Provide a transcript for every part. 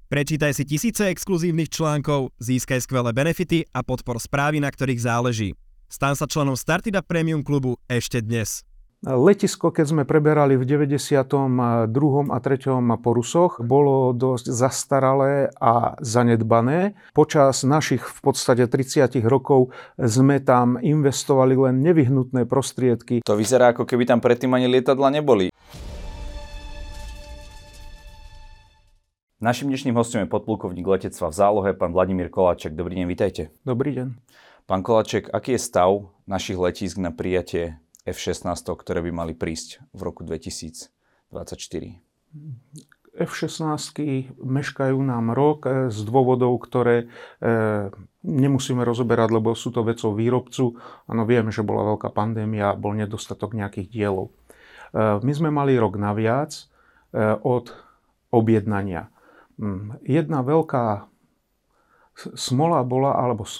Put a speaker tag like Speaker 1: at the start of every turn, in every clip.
Speaker 1: Prečítaj si tisíce exkluzívnych článkov, získaj skvelé benefity a podpor správy, na ktorých záleží. Stan sa členom Startida Premium klubu ešte dnes.
Speaker 2: Letisko, keď sme preberali v 92. a 3. porusoch, bolo dosť zastaralé a zanedbané. Počas našich v podstate 30 rokov sme tam investovali len nevyhnutné prostriedky.
Speaker 3: To vyzerá, ako keby tam predtým ani lietadla neboli. Naším dnešným hostom je podplukovník letectva v zálohe, pán Vladimír Koláček. Dobrý deň, vitajte.
Speaker 2: Dobrý deň.
Speaker 3: Pán Koláček, aký je stav našich letísk na prijatie F-16, ktoré by mali prísť v roku 2024?
Speaker 2: F-16 meškajú nám rok z dôvodov, ktoré nemusíme rozoberať, lebo sú to vecou výrobcu. Áno, vieme, že bola veľká pandémia, bol nedostatok nejakých dielov. My sme mali rok naviac od objednania. Jedna veľká smola bola,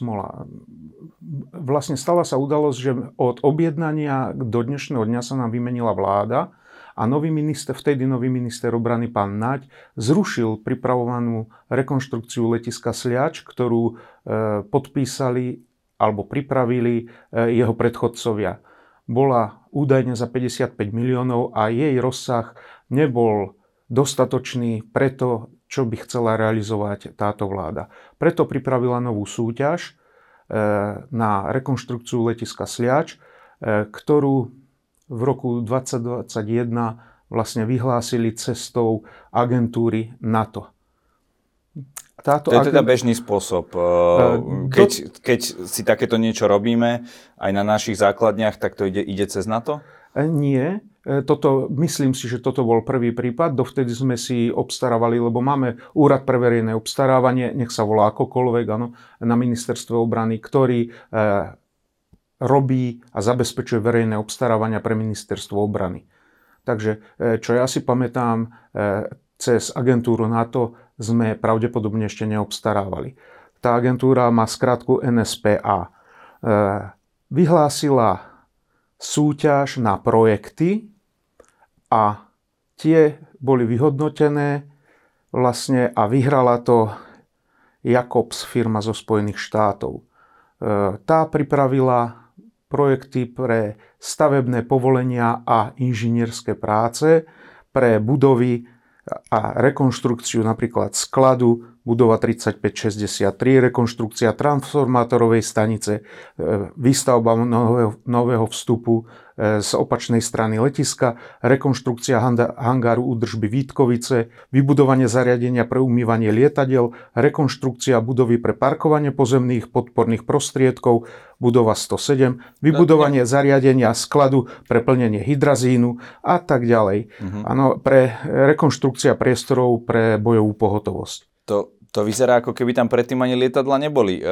Speaker 2: vlastne stala sa udalosť, že od objednania do dnešného dňa sa nám vymenila vláda a vtedy nový minister obrany pán Naď zrušil pripravovanú rekonštrukciu letiska Sliač, ktorú podpísali alebo pripravili jeho predchodcovia. Bola údajne za 55 miliónov a jej rozsah nebol dostatočný preto, čo by chcela realizovať táto vláda. Preto pripravila novú súťaž na rekonštrukciu letiska Sliač, ktorú v roku 2021 vlastne vyhlásili cestou agentúry NATO.
Speaker 3: To je teda bežný spôsob. Keď si takéto niečo robíme aj na našich základniach, tak to ide cez NATO?
Speaker 2: Nie. Myslím si, že toto bol prvý prípad. Dovtedy sme si obstarávali, lebo máme Úrad pre verejné obstarávanie, nech sa volá akokoľvek, áno, na ministerstve obrany, ktorý robí a zabezpečuje verejné obstarávania pre ministerstvo obrany. Takže, čo ja si pamätám, cez agentúru NATO sme pravdepodobne ešte neobstarávali. Tá agentúra má skratku NSPA. Vyhlásila súťaž na projekty a tie boli vyhodnotené vlastne a vyhrala to Jacobs, firma zo Spojených štátov. Tá pripravila projekty pre stavebné povolenia a inžinierské práce, pre budovy a rekonštrukciu napríklad skladu, budova 3563, rekonštrukcia transformátorovej stanice, výstavba nového vstupu z opačnej strany letiska, rekonštrukcia hangáru údržby Vítkovice, vybudovanie zariadenia pre umývanie lietadiel, rekonštrukcia budovy pre parkovanie pozemných podporných prostriedkov, budova 107, vybudovanie zariadenia skladu pre plnenie hydrazínu a tak ďalej. Áno, pre rekonštrukcia priestorov pre bojovú pohotovosť.
Speaker 3: To vyzerá, ako keby tam predtým ani lietadla neboli.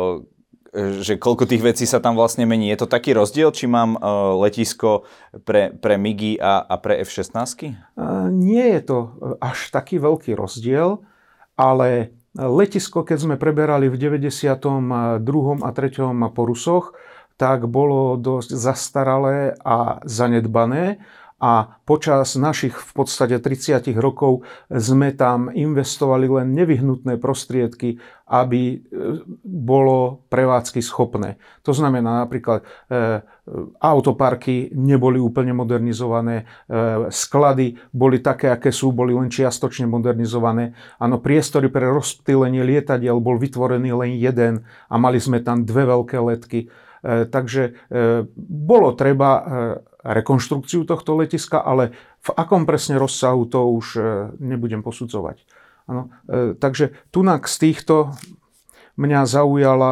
Speaker 3: Že koľko tých vecí sa tam vlastne mení. Je to taký rozdiel, či mám letisko pre MIGy a pre F-16?
Speaker 2: Nie je to až taký veľký rozdiel, ale letisko, keď sme preberali v 92. a 3. porusoch, tak bolo dosť zastaralé a zanedbané. A počas našich v podstate 30 rokov sme tam investovali len nevyhnutné prostriedky, aby bolo prevádzky schopné. To znamená napríklad autoparky neboli úplne modernizované, sklady boli také, aké sú, boli len čiastočne modernizované. Áno, priestory pre rozptýlenie lietadiel bol vytvorený len jeden a mali sme tam dve veľké letky. Takže bolo treba rekonštrukciu tohto letiska, ale v akom presne rozsahu to už nebudem posudzovať. Ano, takže tunak z týchto mňa zaujala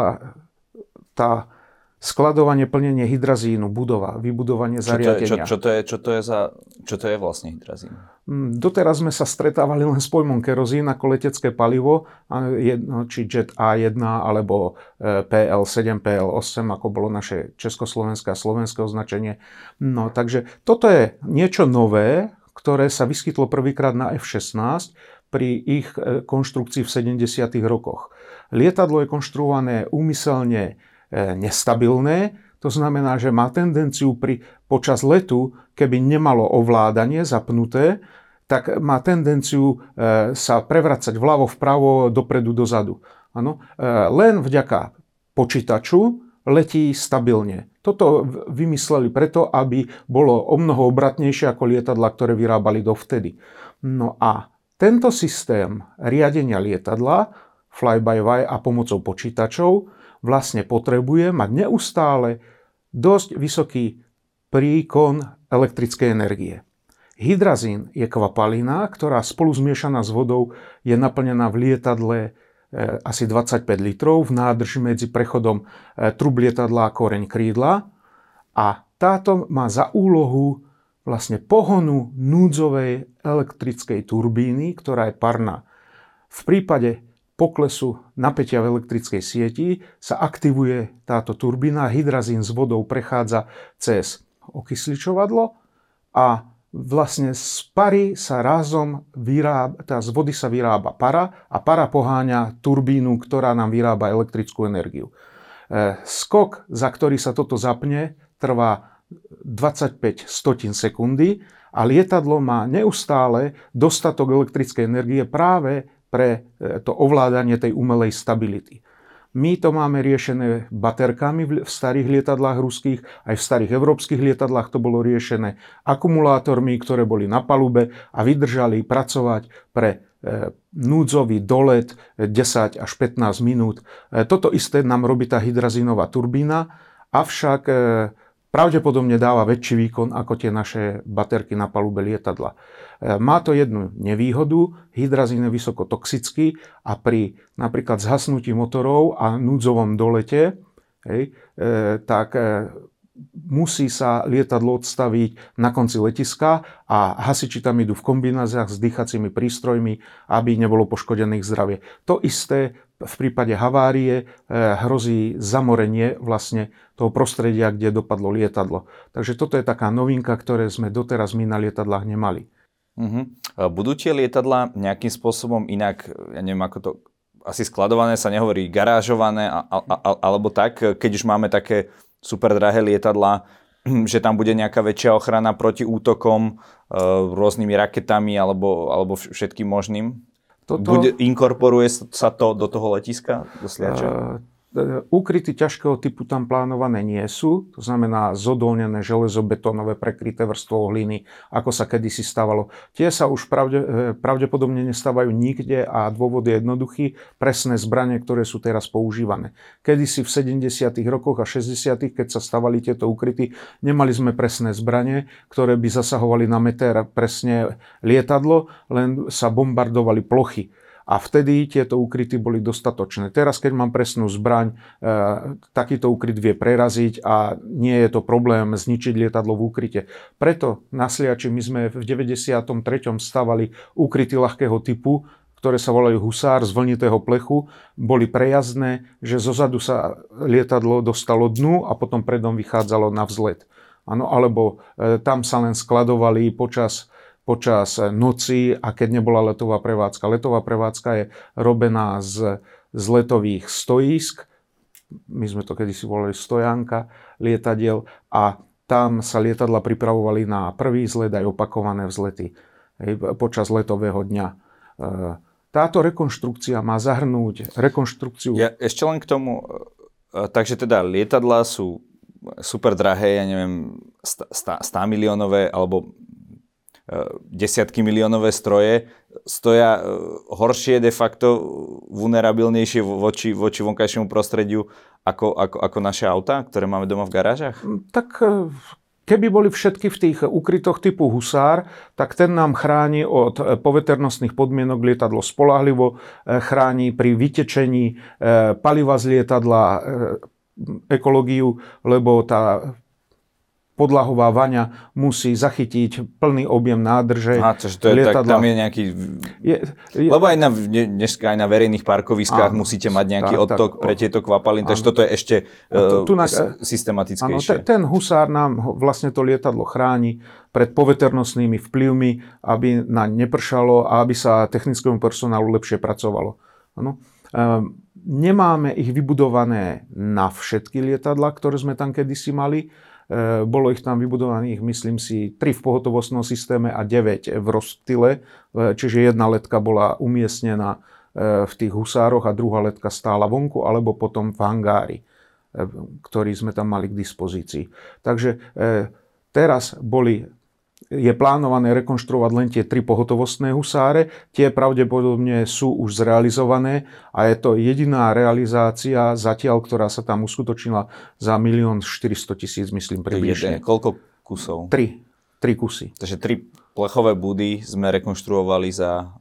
Speaker 2: tá skladovanie, plnenie hydrazínu, budova, vybudovanie zariadenia.
Speaker 3: Čo to je vlastne hydrazín?
Speaker 2: Doteraz sme sa stretávali len s pojmom kerozín ako letecké palivo, či Jet A1 alebo PL7, PL8, ako bolo naše československé a slovenské označenie. No, takže toto je niečo nové, ktoré sa vyskytlo prvýkrát na F-16 pri ich konštrukcii v 70. rokoch. Lietadlo je konštruované úmyselne nestabilné, to znamená, že má tendenciu počas letu, keby nemalo ovládanie zapnuté, tak má tendenciu sa prevracať vľavo, vpravo, dopredu, dozadu. Áno? Len vďaka počítaču letí stabilne. Toto vymysleli preto, aby bolo omnoho obratnejšie ako lietadlá, ktoré vyrábali dovtedy. No a tento systém riadenia lietadla fly-by-wire a pomocou počítačov vlastne potrebuje mať neustále dosť vysoký príkon elektrickej energie. Hydrazín je kvapalina, ktorá spolu zmiešaná s vodou je naplnená v lietadle asi 25 litrov v nádrži medzi prechodom trub lietadla a koreň krídla. A táto má za úlohu vlastne pohonu núdzovej elektrickej turbíny, ktorá je parná. V prípade poklesu napätia v elektrickej sieti sa aktivuje táto turbína, hydrazín s vodou prechádza cez okysličovadlo a vlastne z pary sa razom z vody sa vyrába para a para poháňa turbínu, ktorá nám vyrába elektrickú energiu. Skok, za ktorý sa toto zapne, trvá 25 stotín sekundy a lietadlo má neustále dostatok elektrickej energie práve pre to ovládanie tej umelej stability. My to máme riešené baterkami v starých lietadlách ruských, aj v starých európskych lietadlách to bolo riešené akumulátormi, ktoré boli na palube a vydržali pracovať pre núdzový dolet 10 až 15 minút. Toto isté nám robí tá hydrazínová turbína, avšak pravdepodobne dáva väčší výkon ako tie naše baterky na palube lietadla. Má to jednu nevýhodu, hydrazín je vysoko toxický a pri napríklad zhasnutí motorov a núdzovom dolete, tak musí sa lietadlo odstaviť na konci letiska a hasiči tam idú v kombináciách s dýchacími prístrojmi, aby nebolo poškodených zdravie. To isté v prípade havárie hrozí zamorenie vlastne toho prostredia, kde dopadlo lietadlo. Takže toto je taká novinka, ktoré sme doteraz my na lietadlách nemali.
Speaker 3: Budú tie lietadlá nejakým spôsobom inak, ja neviem ako to, asi skladované sa nehovorí, garážované alebo tak, keď už máme také super drahé lietadlá, že tam bude nejaká väčšia ochrana proti útokom rôznymi raketami alebo všetkým možným? Inkorporuje sa to do toho letiska, do Sliača?
Speaker 2: Úkryty ťažkého typu tam plánované nie sú, to znamená zodolnené železobetónové prekryté vrstvou hliny, ako sa kedysi stávalo. Tie sa už pravdepodobne nestávajú nikde a dôvod je jednoduchý, presné zbrane, ktoré sú teraz používané. Kedysi v 70. rokoch a 60. keď sa stavali tieto úkryty, nemali sme presné zbrane, ktoré by zasahovali na meter presne lietadlo, len sa bombardovali plochy. A vtedy tieto úkryty boli dostatočné. Teraz, keď mám presnú zbraň, takýto úkryt vie preraziť a nie je to problém zničiť lietadlo v úkryte. Preto na Sliači my sme v 93. stavali úkryty ľahkého typu, ktoré sa volajú Husár z vlnitého plechu, boli prejazdné, že zozadu sa lietadlo dostalo dnu a potom predom vychádzalo na vzlet. Ano, alebo tam sa len skladovali počas noci a keď nebola letová prevádzka. Letová prevádzka je robená z letových stojísk, my sme to kedysi volali stojánka lietadiel a tam sa lietadla pripravovali na prvý vzlet aj opakované vzlety počas letového dňa. Táto rekonštrukcia má zahrnúť rekonštrukciu...
Speaker 3: Ja ešte len k tomu, takže teda lietadlá sú super drahé, ja neviem, 100 miliónové alebo desiatky miliónové stroje stoja horšie de facto, vulnerabilnejšie voči vonkajšiemu prostrediu ako naše autá, ktoré máme doma v garážach?
Speaker 2: Tak keby boli všetky v tých úkrytoch typu Husár, tak ten nám chráni od poveternostných podmienok, lietadlo spoľahlivo chráni pri vytečení paliva z lietadla, ekológiu, lebo tá podlahová vaňa musí zachytiť plný objem nádrže.
Speaker 3: To je tak, tam je nejaký... Lebo aj dneska aj na verejných parkoviskách musíte mať nejaký odtok pre tieto kvapaliny, takže toto je ešte systematickejšie.
Speaker 2: Ten Husár nám vlastne to lietadlo chráni pred poveternostnými vplyvmi, aby naň nepršalo a aby sa technickému personálu lepšie pracovalo. Ano. Nemáme ich vybudované na všetky lietadlá, ktoré sme tam kedysi mali. Bolo ich tam vybudovaných, myslím si, 3 v pohotovostnom systéme a 9 v rozptyle, čiže jedna letka bola umiestnená v tých husároch a druhá letka stála vonku alebo potom v hangári, ktorý sme tam mali k dispozícii. Takže teraz je plánované rekonštruovať len tie 3 pohotovostné husáre. Tie pravdepodobne sú už zrealizované a je to jediná realizácia zatiaľ, ktorá sa tam uskutočnila za 1 400 000, myslím, približne.
Speaker 3: Koľko kusov?
Speaker 2: 3 kusy.
Speaker 3: Takže 3 plechové budy sme rekonštruovali za...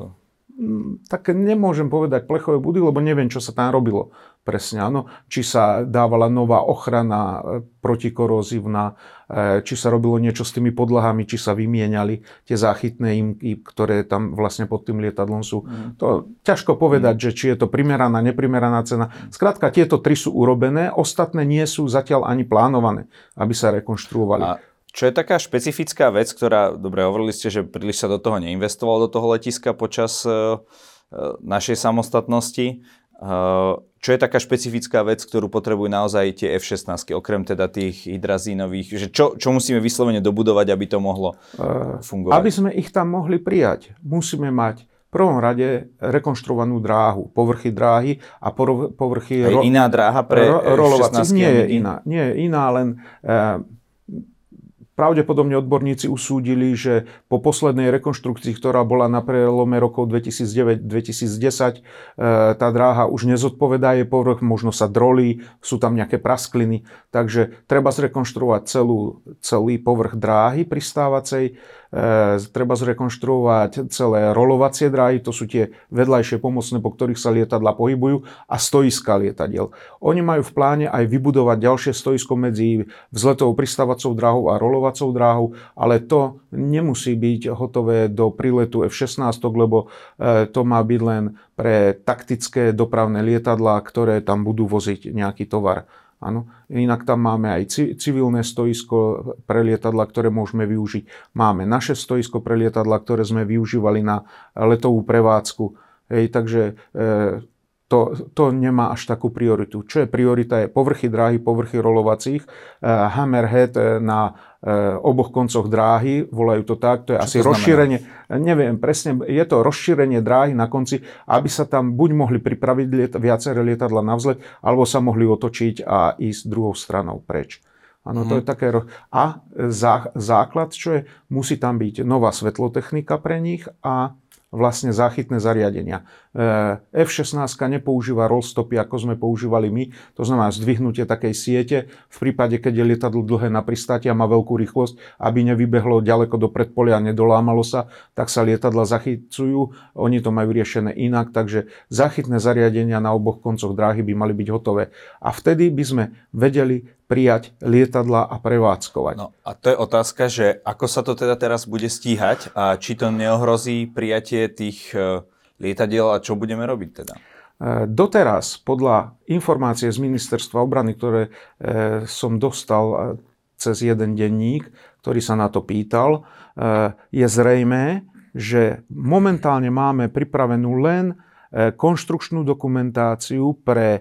Speaker 2: Tak nemôžem povedať plechové budy, lebo neviem, čo sa tam robilo presne. Áno. Či sa dávala nová ochrana protikorózivná, či sa robilo niečo s tými podlahami, či sa vymieniali tie záchytné imky, ktoré tam vlastne pod tým lietadlom sú. To ťažko povedať, že či je to primeraná, neprimeraná cena. Skrátka, tieto 3 sú urobené, ostatné nie sú zatiaľ ani plánované, aby sa rekonštruovali.
Speaker 3: Čo je taká špecifická vec, ktorá, dobre, hovorili ste, že príliš sa do toho neinvestovalo, do toho letiska počas našej samostatnosti. Čo je taká špecifická vec, ktorú potrebujú naozaj tie F-16, okrem teda tých hydrazínových, že čo musíme vyslovene dobudovať, aby to mohlo fungovať? Aby
Speaker 2: sme ich tam mohli prijať, musíme mať v prvom rade rekonštruovanú dráhu, povrchy dráhy a povrchy...
Speaker 3: iná dráha pre F-16?
Speaker 2: Nie je iná, len... Pravdepodobne odborníci usúdili, že po poslednej rekonštrukcii, ktorá bola na prelome rokov 2009-2010, tá dráha už nezodpovedá jej povrch, možno sa drolí, sú tam nejaké praskliny, takže treba zrekonštruovať celý povrch dráhy pristávacej, treba zrekonštruovať celé rolovacie dráhy, to sú tie vedľajšie pomocné, po ktorých sa lietadlá pohybujú, a stoiska lietadiel. Oni majú v pláne aj vybudovať ďalšie stoisko medzi vzletovou pristávacou dráhou a rolovacou dráhou, ale to nemusí byť hotové do príletu F-16, lebo to má byť len pre taktické dopravné lietadlá, ktoré tam budú voziť nejaký tovar. Áno. Inak tam máme aj civilné stoisko pre lietadlá, ktoré môžeme využiť. Máme naše stoisko pre lietadlá, ktoré sme využívali na letovú prevádzku. Takže to nemá až takú prioritu. Čo je priorita? Je povrchy dráhy, povrchy rolovacích, hammerhead na oboch koncoch dráhy, volajú to tak, to je asi rozšírenie, neviem presne, je to rozšírenie dráhy na konci, aby sa tam buď mohli pripraviť viaceré lietadla na vzlet, alebo sa mohli otočiť a ísť druhou stranou preč. Áno, to je také... A základ, čo je, musí tam byť nová svetlotechnika pre nich a vlastne záchytné zariadenia. F-16 nepoužíva rollstopy, ako sme používali my, to znamená zdvihnutie takej siete v prípade, keď je lietadlo dlhé na pristáti a má veľkú rýchlosť, aby nevybehlo ďaleko do predpolia a nedolámalo sa, tak sa lietadla zachycujú, oni to majú riešené inak, takže záchytné zariadenia na oboch koncoch dráhy by mali byť hotové. A vtedy by sme vedeli prijať lietadla a prevádzkovať.
Speaker 3: No a to je otázka, že ako sa to teda teraz bude stíhať a či to neohrozí prijatie tých lietadiel a čo budeme robiť teda?
Speaker 2: Doteraz, podľa informácie z Ministerstva obrany, ktoré som dostal cez jeden denník, ktorý sa na to pýtal, je zrejmé, že momentálne máme pripravenú len konštrukčnú dokumentáciu pre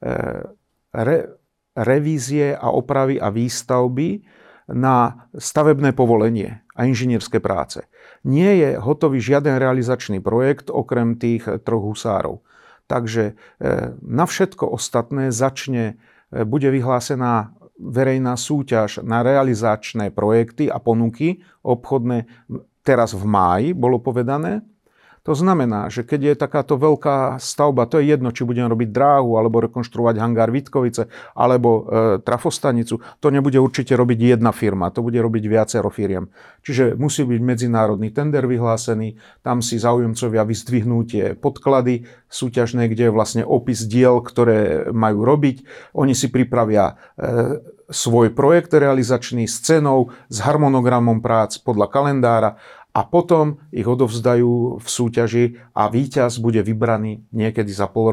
Speaker 2: revízie a opravy a výstavby na stavebné povolenie a inžinierské práce. Nie je hotový žiaden realizačný projekt okrem tých 3 husárov. Takže na všetko ostatné bude vyhlásená verejná súťaž na realizačné projekty a ponuky obchodné teraz v máji, bolo povedané. To znamená, že keď je takáto veľká stavba, to je jedno, či budeme robiť dráhu, alebo rekonštruovať hangár Vítkovice, alebo trafostanicu, to nebude určite robiť jedna firma, to bude robiť viacero firiem. Čiže musí byť medzinárodný tender vyhlásený, tam si záujemcovia vyzdvihnú tie podklady súťažné, kde je vlastne opis diel, ktoré majú robiť. Oni si pripravia svoj projekt realizačný s cenou, s harmonogramom prác podľa kalendára, a potom ich odovzdajú v súťaži a víťaz bude vybraný niekedy za pol roka.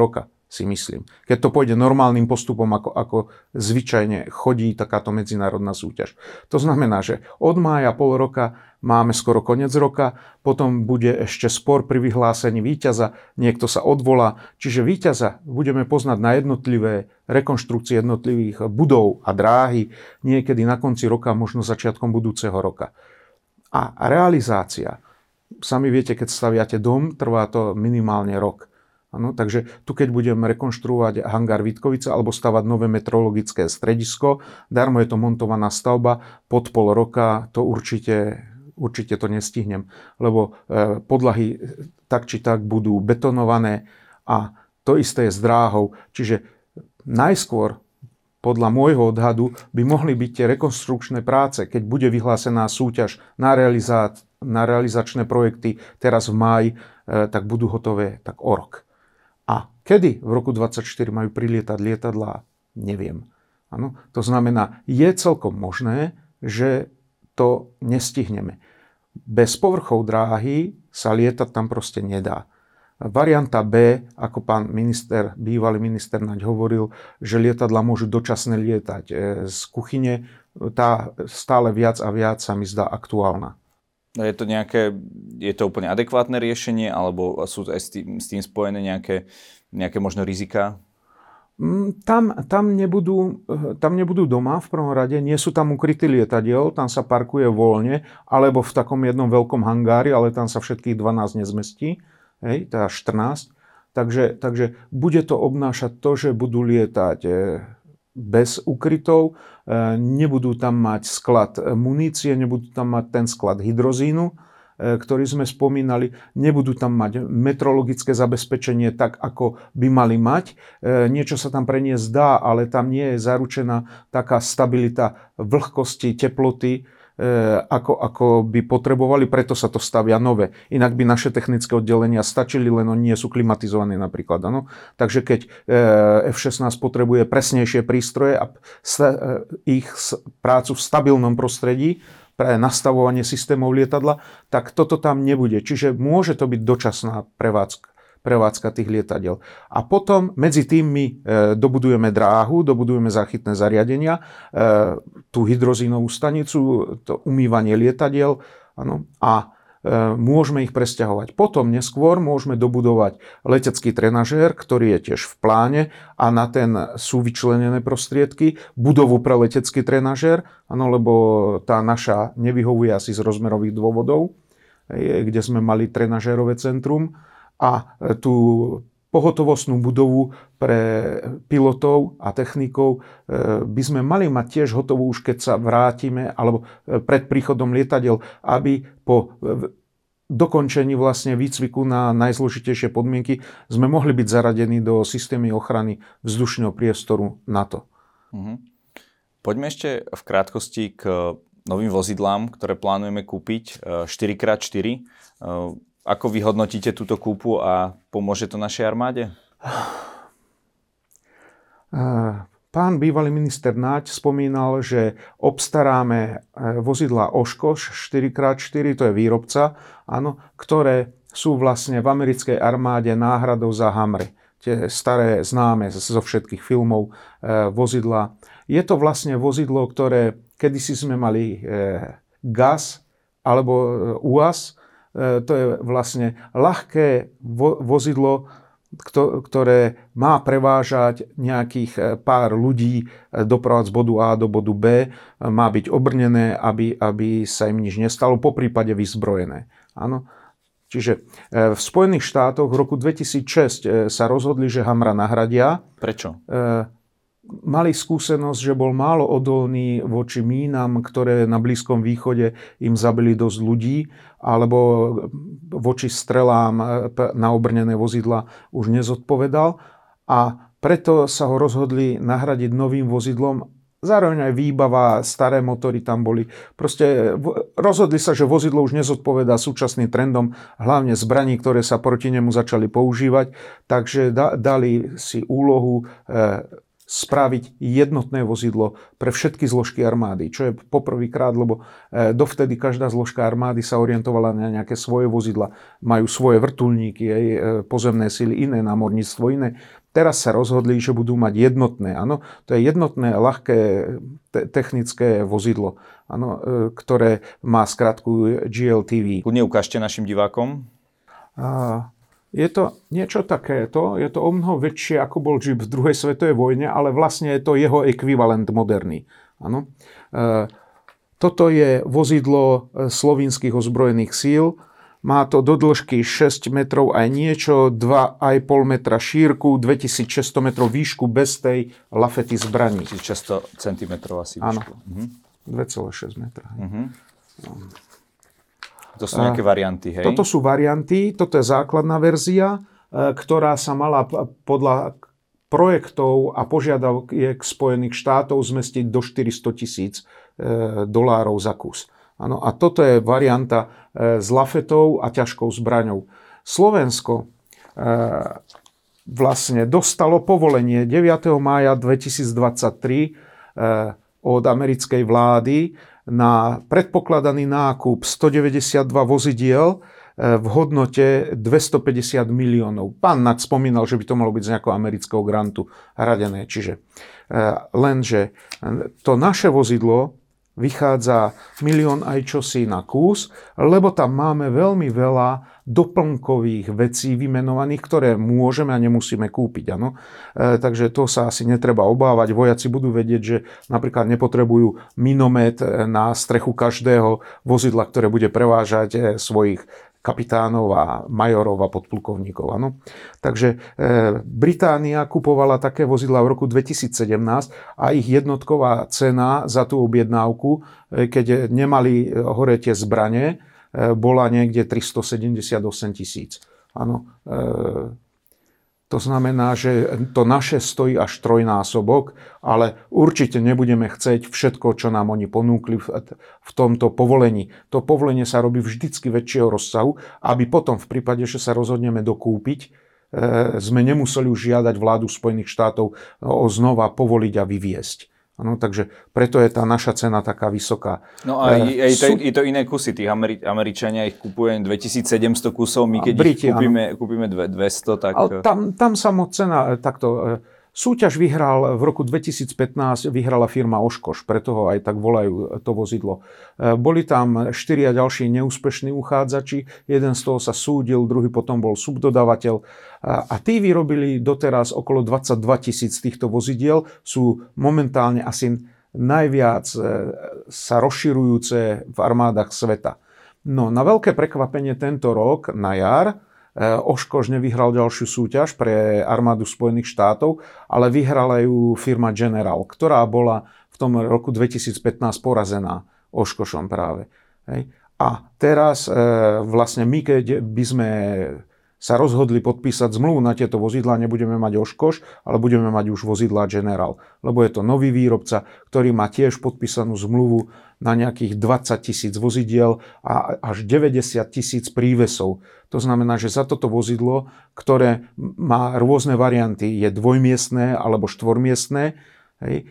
Speaker 2: si myslím. Keď to pôjde normálnym postupom, ako zvyčajne chodí takáto medzinárodná súťaž. To znamená, že od mája pol roka máme skoro koniec roka, potom bude ešte spor pri vyhlásení víťaza, niekto sa odvolá, čiže víťaza budeme poznať na jednotlivé rekonštrukcie jednotlivých budov a dráhy niekedy na konci roka, možno začiatkom budúceho roka. A realizácia, sami viete, keď staviate dom, trvá to minimálne rok. Ano, takže tu keď budeme rekonštruovať hangár Vítkovice alebo stavať nové meteorologické stredisko, darmo je to montovaná stavba, pod pol roka to určite to nestihnem, lebo podlahy tak či tak budú betonované a to isté je s dráhou. Čiže najskôr, podľa môjho odhadu, by mohli byť tie rekonštrukčné práce, keď bude vyhlásená súťaž na realizačné projekty teraz v máji, tak budú hotové tak o rok. A kedy v roku 2024 majú prilietať lietadlá, neviem. Ano? To znamená, je celkom možné, že to nestihneme. Bez povrchov dráhy sa lietať tam proste nedá. Varianta B, ako pán bývalý minister Naď hovoril, že lietadlá môžu dočasne lietať z kuchyne, tá stále viac a viac sa mi zdá aktuálna. Je to úplne adekvátne riešenie, alebo sú aj s tým spojené nejaké možno rizika? Tam nebudú doma v prvom rade, nie sú tam ukrytí lietadiel, tam sa parkuje voľne, alebo v takom jednom veľkom hangári, ale tam sa všetkých 12 nezmestí, teda 14. Takže bude to obnášať to, že budú lietať bez ukrytov, nebudú tam mať sklad munície, nebudú tam mať ten sklad hydrozínu, ktorý sme spomínali, nebudú tam mať meteorologické zabezpečenie tak, ako by mali mať. Niečo sa tam preniesť dá, ale tam nie je zaručená taká stabilita vlhkosti, teploty, ako by potrebovali, preto sa to stavia nové. Inak by naše technické oddelenia stačili, len oni nie sú klimatizované napríklad. Ano? Takže keď F-16 potrebuje presnejšie prístroje a ich prácu v stabilnom prostredí pre nastavovanie systémov lietadla, tak toto tam nebude. Čiže môže to byť dočasná prevádzka tých lietadiel. A potom medzi tým my dobudujeme dráhu, dobudujeme záchytné zariadenia, tú hydrozínovú stanicu, to umývanie lietadiel, ano, a môžeme ich presťahovať. Potom neskôr môžeme dobudovať letecký trenažér, ktorý je tiež v pláne a na ten sú vyčlenené prostriedky, budovu pre letecký trenažér, ano, lebo tá naša nevyhovuje asi z rozmerových dôvodov, kde sme mali trenažérové centrum, a tú pohotovostnú budovu pre pilotov a technikov by sme mali mať tiež hotovú už keď sa vrátime, alebo pred príchodom lietadiel, aby po dokončení vlastne výcviku na najzložitejšie podmienky sme mohli byť zaradení do systémy ochrany vzdušného priestoru NATO.
Speaker 3: Poďme ešte v krátkosti k novým vozidlám, ktoré plánujeme kúpiť 4x4. Ako vyhodnotíte túto kúpu a pomôže to našej armáde?
Speaker 2: Pán bývalý minister Naď spomínal, že obstaráme vozidlá Oshkosh 4x4, to je výrobca, áno, ktoré sú vlastne v americkej armáde náhradou za Hummery. Tie staré známe zo všetkých filmov vozidlá. Je to vlastne vozidlo, ktoré kedysi sme mali GAS alebo UAS. To je vlastne ľahké vozidlo, ktoré má prevážať nejakých pár ľudí, dopravať z bodu A do bodu B, má byť obrnené, aby sa im nič nestalo, poprípade vyzbrojené. Áno. Čiže v Spojených štátoch v roku 2006 sa rozhodli, že Hummera nahradia.
Speaker 3: Prečo?
Speaker 2: Mali skúsenosť, že bol málo odolný voči mínam, ktoré na Blízkom východe im zabili dosť ľudí, alebo voči strelám na obrnené vozidla už nezodpovedal. A preto sa ho rozhodli nahradiť novým vozidlom. Zároveň aj výbava, staré motory tam boli. Proste rozhodli sa, že vozidlo už nezodpovedá súčasným trendom, hlavne zbraní, ktoré sa proti nemu začali používať. Takže dali si úlohu spraviť jednotné vozidlo pre všetky zložky armády, čo je poprvýkrát, lebo dovtedy každá zložka armády sa orientovala na nejaké svoje vozidla, majú svoje vrtuľníky, pozemné sily, iné námorníctvo, iné. Teraz sa rozhodli, že budú mať jednotné, áno, to je jednotné, ľahké technické vozidlo, áno, ktoré má skratku GLTV.
Speaker 3: Kľudne ukážte našim divákom.
Speaker 2: Je to niečo takéto, je to omnoho väčšie, ako bol Jeep v druhej svetovej vojne, ale vlastne je to jeho ekvivalent moderný. Áno. Toto je vozidlo slovinských ozbrojených síl. Má to do dĺžky 6 metrov aj niečo, 2,5 metra šírku, 2600 metrov výšku bez tej lafety zbraní.
Speaker 3: 1600 cm asi výšku.
Speaker 2: Áno, 2,6 metra.
Speaker 3: To sú nejaké varianty, hej?
Speaker 2: Toto sú varianty, toto je základná verzia, ktorá sa mala podľa projektov a požiadaviek Spojených štátov zmestiť do $400,000 za kus. Ano, a toto je varianta s lafetou a ťažkou zbraňou. Slovensko vlastne dostalo povolenie 9. mája 2023 od americkej vlády na predpokladaný nákup 192 vozidiel v hodnote 250 miliónov. Pán Naď spomínal, že by to malo byť z nejakého amerického grantu hradené. Čiže lenže to naše vozidlo vychádza milión aj čosi na kus, lebo tam máme veľmi veľa doplnkových vecí vymenovaných, ktoré môžeme a nemusíme kúpiť. Ano? Takže to sa asi netreba obávať. Vojaci budú vedieť, že napríklad nepotrebujú minomet na strechu každého vozidla, ktoré bude prevážať svojich kapitánov a majorov a podplukovníkov. Ano? Takže Británia kupovala také vozidlá v roku 2017 a ich jednotková cena za tú objednávku, keď nemali hore tie zbrane, bola niekde 378,000. Áno. To znamená, že to naše stojí až trojnásobok, ale určite nebudeme chcieť všetko, čo nám oni ponúkli v tomto povolení. To povolenie sa robí vždycky väčšieho rozsahu, aby potom v prípade, že sa rozhodneme dokúpiť, sme nemuseli už žiadať vládu Spojených štátov znova povoliť a vyviesť. Ano, takže preto je tá naša cena taká vysoká.
Speaker 3: No a je to iné kusy. Tí Američania ich kupujú 2700 kusov, my keď Briti, ich kúpime 200, tak...
Speaker 2: Ale tam samo cena takto... Súťaž vyhral v roku 2015, vyhrala firma Oshkosh, preto ho aj tak volajú to vozidlo. Boli tam 4 ďalší neúspešní uchádzači, jeden z toho sa súdil, druhý potom bol subdodávateľ a tí vyrobili doteraz okolo 22,000 týchto vozidiel, sú momentálne asi najviac sa rozširujúce v armádach sveta. No, na veľké prekvapenie tento rok, na jar, Oshkosh nevyhral ďalšiu súťaž pre armádu Spojených štátov, ale vyhrala ju firma General, ktorá bola v tom roku 2015 porazená Oshkoshom práve. Hej. A teraz vlastne my, keď by sme sa rozhodli podpísať zmluvu na tieto vozidlá, nebudeme mať Oshkosh, ale budeme mať už vozidlá General. Lebo je to nový výrobca, ktorý má tiež podpísanú zmluvu na nejakých 20,000 vozidiel a až 90,000 prívesov. To znamená, že za toto vozidlo, ktoré má rôzne varianty, je dvojmiestne alebo štvormiestne, hej,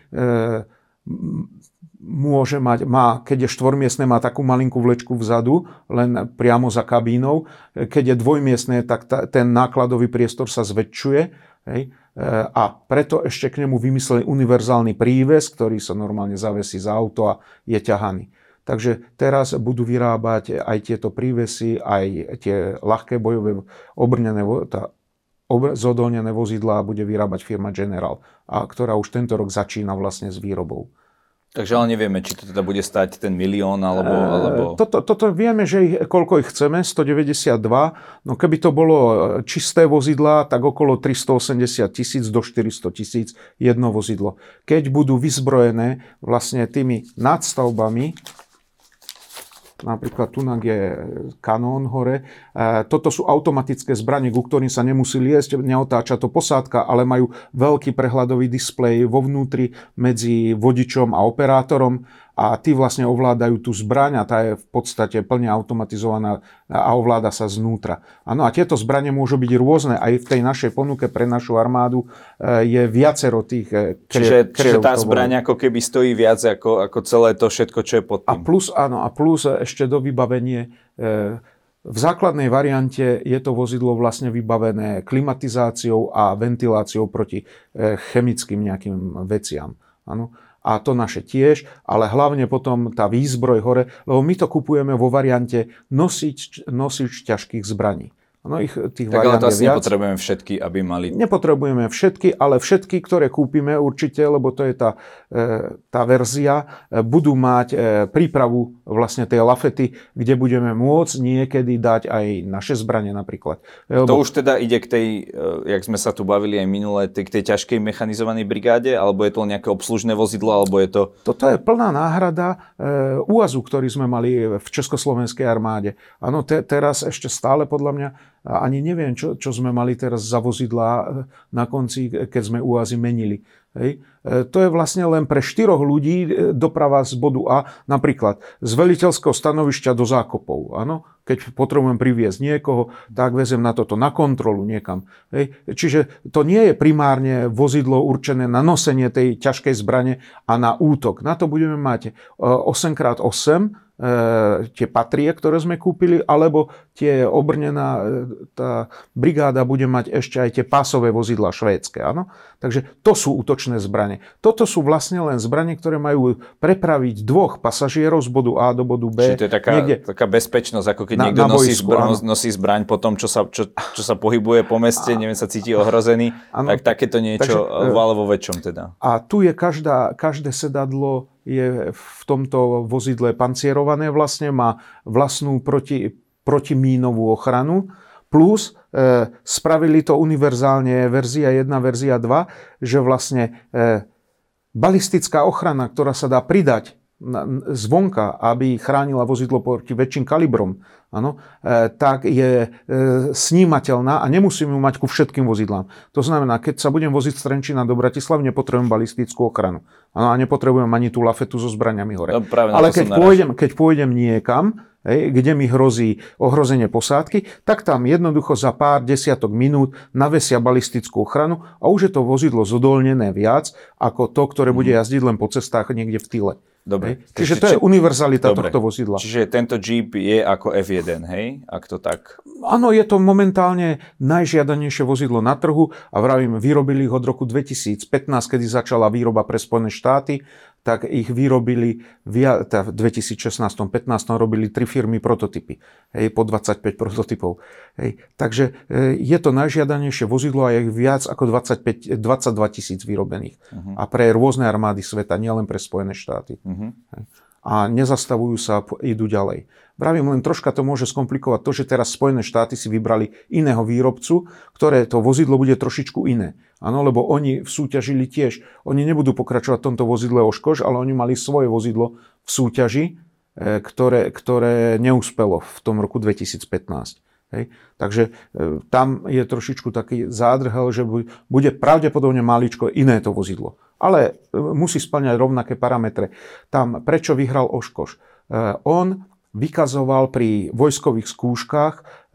Speaker 2: môže mať, keď je štvormiestne, má takú malinkú vlečku vzadu, len priamo za kabínou. Keď je dvojmiestne, tak ten nákladový priestor sa zväčšuje. Hej. A preto ešte k nemu vymysleli univerzálny príves, ktorý sa normálne zavesí za auto a je ťahaný. Takže teraz budú vyrábať aj tieto prívesy, aj tie ľahké bojové zodolnené vozidlá bude vyrábať firma General, ktorá už tento rok začína vlastne s výrobou.
Speaker 3: Takže ale nevieme, či to teda bude stať ten milión, alebo...
Speaker 2: Toto vieme, že koľko ich chceme, 192. No keby to bolo čisté vozidlá, tak okolo 380,000 do 400,000 jedno vozidlo. Keď budú vyzbrojené vlastne tými nadstavbami, napríklad tunak je kanón hore. Toto sú automatické zbrane, ku ktorým sa nemusí liesť, neotáča to posádka, ale majú veľký prehľadový displej vo vnútri medzi vodičom a operátorom a tí vlastne ovládajú tú zbraň a tá je v podstate plne automatizovaná a ovláda sa znútra. Áno, a tieto zbrane môžu byť rôzne. Aj v tej našej ponuke pre našu armádu je viacero tých
Speaker 3: Čiže tá zbraň ako keby stojí viac ako celé to všetko, čo je pod tým.
Speaker 2: A plus ešte do vybavenie. V základnej variante je to vozidlo vlastne vybavené klimatizáciou a ventiláciou proti chemickým nejakým veciam. Áno. A to naše tiež, ale hlavne potom tá výzbroj hore, lebo my to kupujeme vo variante nosič ťažkých zbraní. No, tých
Speaker 3: tak ale to asi nepotrebujeme všetky, aby mali...
Speaker 2: Nepotrebujeme všetky, ale všetky, ktoré kúpime určite, lebo to je tá verzia, budú mať prípravu vlastne tej lafety, kde budeme môcť niekedy dať aj naše zbranie napríklad.
Speaker 3: To už teda ide k tej, jak sme sa tu bavili aj minulé, k tej ťažkej mechanizovanej brigáde, alebo je to nejaké obslužné vozidlo, alebo je to...
Speaker 2: Toto je plná náhrada úazu, ktorý sme mali v Československej armáde. Áno, teraz ešte stále podľa mňa ani neviem, čo sme mali teraz za vozidlá na konci, keď sme úazy menili. Hej. To je vlastne len pre 4 ľudí doprava z bodu A, napríklad z veliteľského stanovišťa do zákopov. Áno? Keď potrebujem priviesť niekoho, tak vezem na toto, na kontrolu niekam. Hej. Čiže to nie je primárne vozidlo určené na nosenie tej ťažkej zbrane a na útok. Na to budeme mať 8x8, tie patrie, ktoré sme kúpili, alebo tie obrnená, tá brigáda bude mať ešte aj tie pásové vozidlá švédske. Áno? Takže to sú útočné zbrane. Toto sú vlastne len zbrane, ktoré majú prepraviť 2 pasažierov z bodu A do bodu B.
Speaker 3: Čiže to je taká bezpečnosť, ako keď niekto nosí zbraň po tom, čo sa pohybuje po meste, neviem, sa cíti ohrozený, tak takéto niečo vo väčšom teda.
Speaker 2: A tu je každé sedadlo je v tomto vozidle pancierované vlastne, má vlastnú protimínovú ochranu, plus spravili to univerzálne verzia 1, verzia 2, že vlastne balistická ochrana, ktorá sa dá pridať zvonka, aby chránila vozidlo proti väčším kalibrom, áno, tak je snímateľná a nemusím ju mať ku všetkým vozidlám. To znamená, keď sa budem voziť z Trenčína do Bratislavy, nepotrebujem balistickú ochranu. Áno, a nepotrebujem ani tú lafetu so zbraňami hore.
Speaker 3: No,
Speaker 2: ale keď pôjdem niekam, kde mi hrozí ohrozenie posádky, tak tam jednoducho za pár desiatok minút navesia balistickú ochranu a už je to vozidlo zodolnené viac ako to, ktoré bude jazdiť len po cestách niekde v tyle.
Speaker 3: Dobre.
Speaker 2: Čiže to je univerzalita tohto vozidla.
Speaker 3: Čiže tento Jeep je ako F1, hej? Ak to tak...
Speaker 2: Áno, je to momentálne najžiadanejšie vozidlo na trhu a vravím, vyrobili ho od roku 2015, kedy začala výroba pre Spojené štáty, tak ich vyrobili v 2016-15 robili 3 firmy prototypy, hej, po 25 prototypov. Hej. Takže je to najžiadanejšie vozidlo a je viac ako 22 000 vyrobených. A pre rôzne armády sveta, nielen pre Spojené štáty. Hej. A nezastavujú sa, idú ďalej. Vravím, len troška to môže skomplikovať to, že teraz Spojené štáty si vybrali iného výrobcu, ktoré to vozidlo bude trošičku iné. Áno, lebo oni súťažili tiež. Oni nebudú pokračovať v tomto vozidle Oshkosh, ale oni mali svoje vozidlo v súťaži, ktoré neúspelo v tom roku 2015. Hej. Takže tam je trošičku taký zádrhel, že bude pravdepodobne maličko iné to vozidlo. Ale musí spĺňať rovnaké parametre. Tam prečo vyhral Oshkosh? On vykazoval pri vojskových skúškach,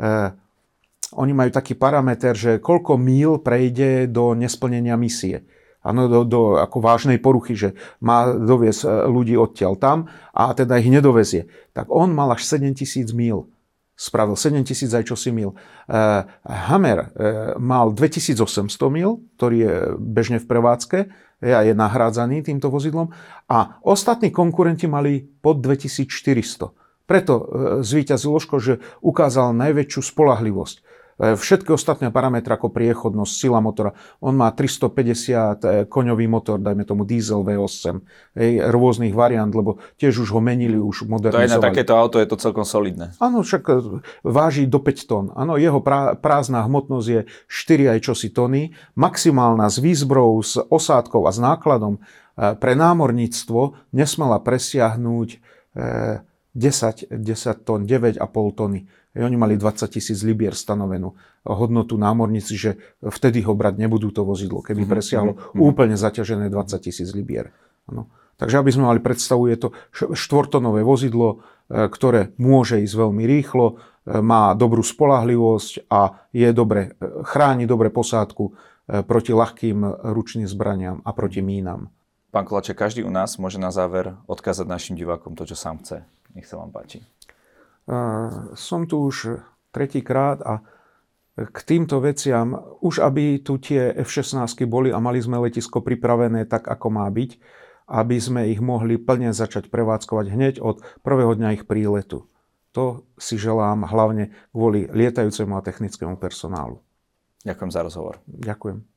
Speaker 2: oni majú taký parameter, že koľko míl prejde do nesplnenia misie. Áno, do ako vážnej poruchy, že má doviesť ľudí odtiaľ tam a teda ich nedovezie. Tak on mal až 7 000 míl. Spravil 7 000 aj čosi míl. Hammer mal 2800 míl, ktorý je bežne v prevádzke a je nahrádzaný týmto vozidlom. A ostatní konkurenti mali pod 2400. Preto zvíťazil Oshkosh, že ukázal najväčšiu spoľahlivosť. Všetky ostatné parametre ako priechodnosť, sila motora. On má 350 koňový motor, dajme tomu diesel V8, rôznych variant, lebo tiež už ho menili, už modernizovali.
Speaker 3: To je na takéto auto, je to celkom solidné.
Speaker 2: Áno, však váži do 5 tón. Áno, jeho prázdna hmotnosť je 4 aj čosi tony. Maximálna s výzbrou, s osádkou a s nákladom pre námorníctvo nesmela presiahnuť 10 tón, 9,5 tony. Oni mali 20 000 libier stanovenú hodnotu námorníci, že vtedy ho brať nebudú to vozidlo, keby presiahlo úplne zaťažené 20 000 libier. Ano. Takže aby sme mali predstavu, je to štvortonové vozidlo, ktoré môže ísť veľmi rýchlo, má dobrú spoľahlivosť a chráni dobre posádku proti ľahkým ručným zbraniam a proti mínam.
Speaker 3: Pán Koláček, každý u nás môže na záver odkázať našim divákom to, čo sám chce. Nech sa vám páči.
Speaker 2: Som tu už tretíkrát a k týmto veciam, už aby tu tie F-16 boli a mali sme letisko pripravené tak, ako má byť, aby sme ich mohli plne začať prevádzkovať hneď od prvého dňa ich príletu. To si želám hlavne kvôli lietajúcemu a technickému personálu.
Speaker 3: Ďakujem za rozhovor.
Speaker 2: Ďakujem.